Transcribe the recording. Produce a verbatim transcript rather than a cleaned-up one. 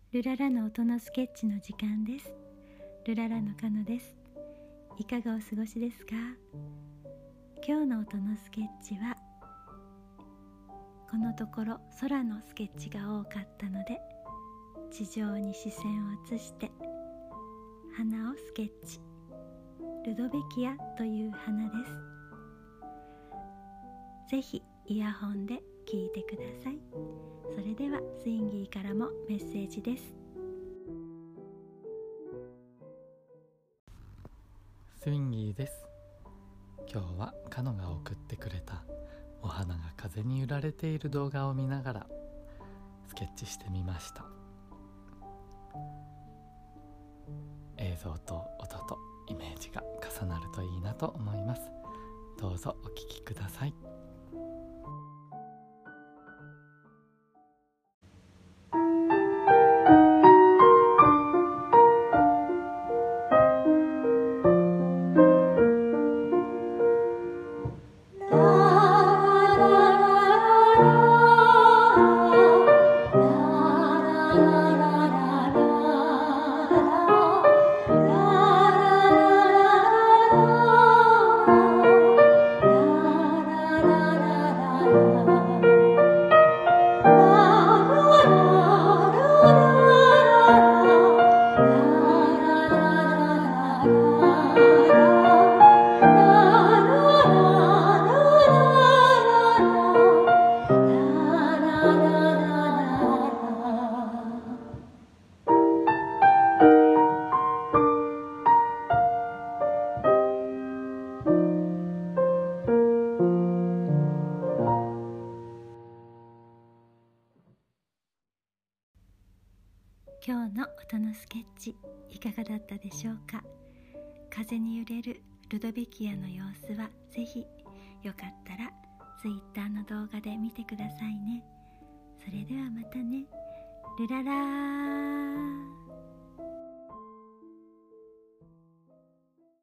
ルララの音のスケッチの時間です。ルララのカノです。いかがお過ごしですか？今日の音のスケッチはこのところ空のスケッチが多かったので、地上に視線を移して花をスケッチ。ルドベキアという花です。ぜひイヤホンで聞いてください。それではスインギーからもメッセージです。 スインギーです。今日はカノが送ってくれたお花が風に揺られている動画を見ながらスケッチしてみました。映像と音とイメージが重なるといいなと思います。どうぞお聞きください。 今日の音のスケッチいかがだったでしょうか？風に揺れるルドベキアの様子はぜひよかったらツイッターの動画で見てくださいね。それではまたね。ルララー。